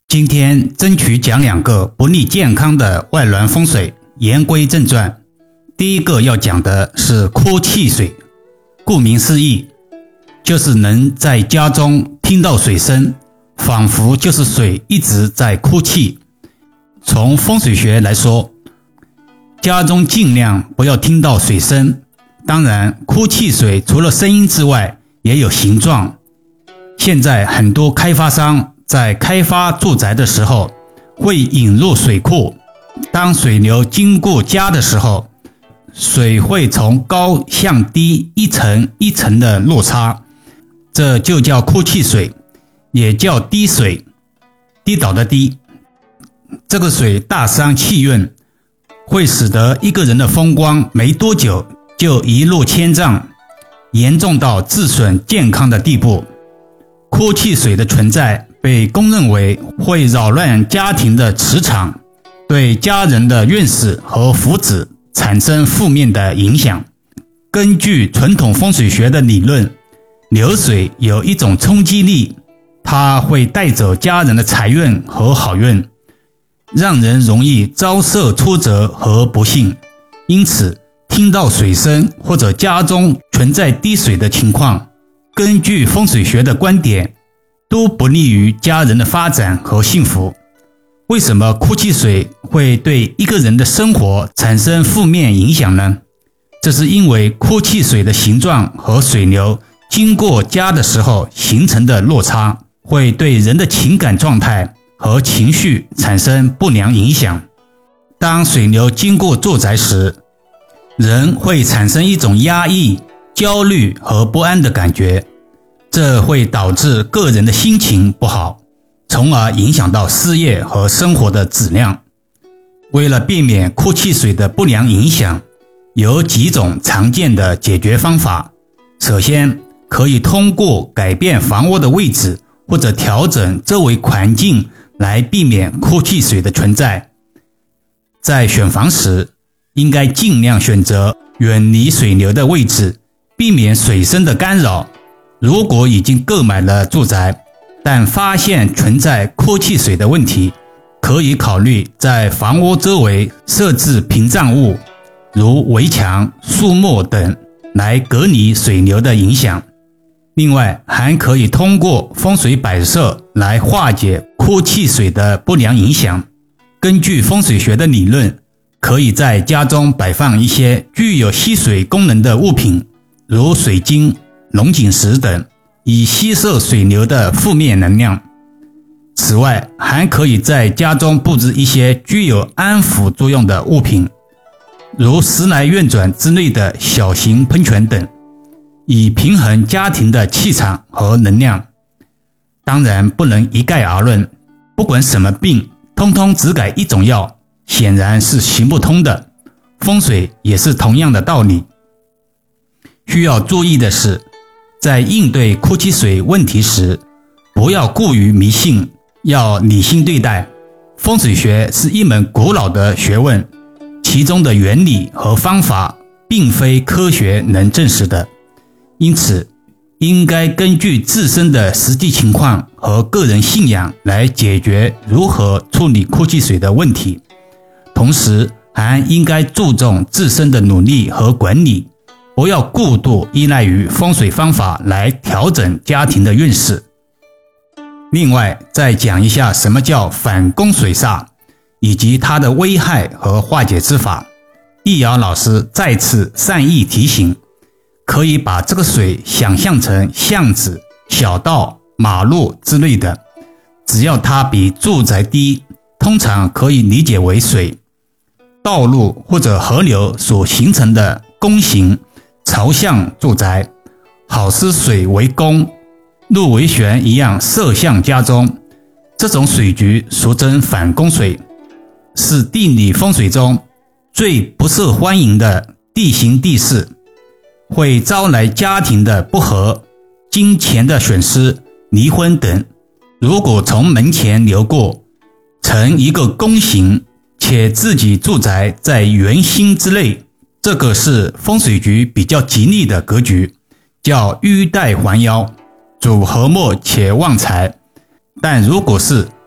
今天争取讲2个不利健康的外来风水。言归正传，第一个要讲的是哭泣水。顾名思义，就是能在家中听到水声，仿佛就是水一直在哭泣。从风水学来说，家中尽量不要听到水声。当然，哭泣水除了声音之外，也有形状。现在很多开发商在开发住宅的时候，会引入水库。当水流经过家的时候，水会从高向低一层一层的落差，这就叫哭泣水，也叫滴水，滴倒的滴。这个水大伤气运，会使得一个人的风光没多久就一落千丈，严重到致损健康的地步。哭泣水的存在被公认为会扰乱家庭的磁场，对家人的运势和福祉产生负面的影响。根据传统风水学的理论，流水有一种冲击力，它会带走家人的财运和好运，让人容易遭受挫折和不幸。因此，听到水声或者家中存在滴水的情况，根据风水学的观点，都不利于家人的发展和幸福。为什么哭泣水会对一个人的生活产生负面影响呢？这是因为哭泣水的形状和水流经过家的时候形成的落差，会对人的情感状态和情绪产生不良影响。当水流经过住宅时，人会产生一种压抑、焦虑和不安的感觉，这会导致个人的心情不好，从而影响到事业和生活的质量。为了避免哭泣水的不良影响，有几种常见的解决方法。首先，可以通过改变房屋的位置或者调整周围环境来避免哭泣水的存在。在选房时，应该尽量选择远离水流的位置，避免水声的干扰。如果已经购买了住宅，但发现存在哭泣水的问题，可以考虑在房屋周围设置屏障物，如围墙、树木等，来隔离水流的影响。另外，还可以通过风水摆设来化解哭泣水的不良影响。根据风水学的理论，可以在家中摆放一些具有吸水功能的物品，如水晶、龙井石等，以吸收水流的负面能量。此外，还可以在家中布置一些具有安抚作用的物品，如时来运转之类的小型喷泉等，以平衡家庭的气场和能量。当然不能一概而论，不管什么病，通通只改一种药，显然是行不通的。风水也是同样的道理。需要注意的是，在应对哭泣水问题时，不要过于迷信，要理性对待。风水学是一门古老的学问，其中的原理和方法并非科学能证实的，因此应该根据自身的实际情况和个人信仰来解决如何处理哭泣水的问题，同时还应该注重自身的努力和管理，不要过度依赖于风水方法来调整家庭的运势。另外，再讲一下什么叫反弓水煞，以及它的危害和化解之法。易遥老师再次善意提醒，可以把这个水想象成巷子、小道、马路之类的，只要它比住宅低，通常可以理解为水。道路或者河流所形成的弓形朝向住宅，好使水为弓，路为旋一样射向家中。这种水局俗称反弓水，是地理风水中最不受欢迎的地形地势，会招来家庭的不和、金钱的损失、离婚等。如果从门前流过，呈一个弓形，且自己住宅在圆心之内，这个是风水局比较吉利的格局，叫玉带环腰，主和睦且旺财。但如果是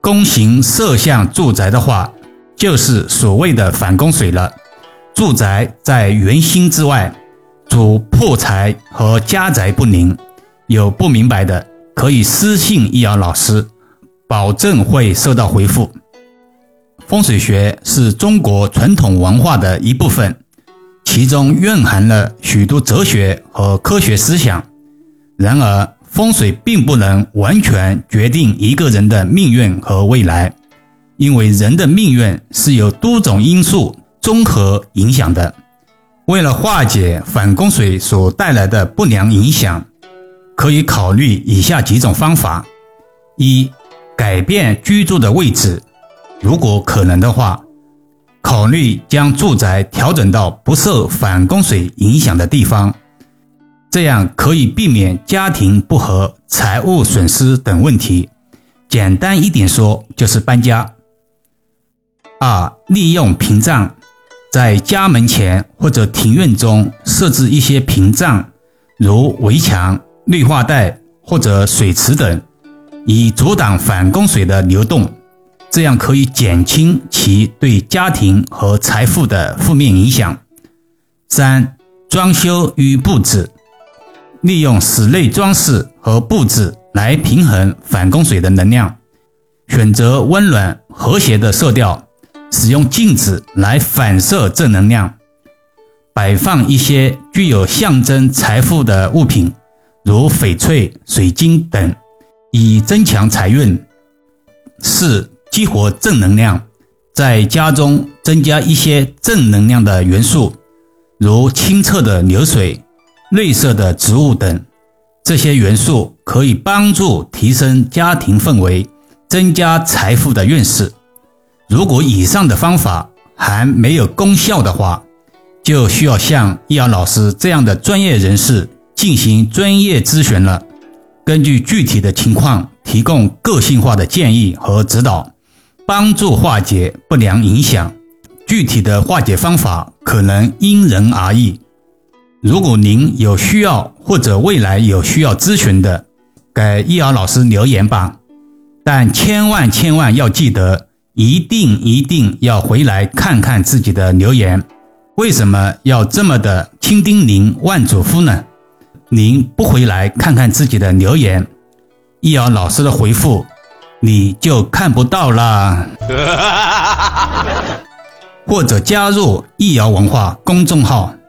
弓形射向住宅的话，就是所谓的反弓水了。住宅在圆心之外，主破财和家宅不宁，有不明白的可以私信易遥老师，保证会收到回复。风水学是中国传统文化的一部分，其中蕴含了许多哲学和科学思想。然而，风水并不能完全决定一个人的命运和未来，因为人的命运是由多种因素综合影响的。为了化解反弓水所带来的不良影响，可以考虑以下几种方法：一、改变居住的位置，如果可能的话，考虑将住宅调整到不受反弓水影响的地方，这样可以避免家庭不和、财务损失等问题。简单一点说，就是搬家。二、利用屏障，在家门前或者庭院中设置一些屏障，如围墙、绿化带或者水池等，以阻挡反弓水的流动，这样可以减轻其对家庭和财富的负面影响。三、装修与布置，利用室内装饰和布置来平衡反弓水的能量，选择温暖和谐的色调，使用镜子来反射正能量，摆放一些具有象征财富的物品，如翡翠、水晶等，以增强财运。四、激活正能量，在家中增加一些正能量的元素，如清澈的流水、绿色的植物等，这些元素可以帮助提升家庭氛围，增加财富的运势。如果以上的方法还没有功效的话，就需要像易遥老师这样的专业人士进行专业咨询了，根据具体的情况提供个性化的建议和指导，帮助化解不良影响。具体的化解方法可能因人而异。如果您有需要或者未来有需要咨询的，给易遥老师留言吧。但千万要记得，一定要回来看看自己的留言。为什么要这么的千叮咛万嘱咐呢？您不回来看看自己的留言，易遥老师的回复你就看不到啦。或者加入易遥文化公众号，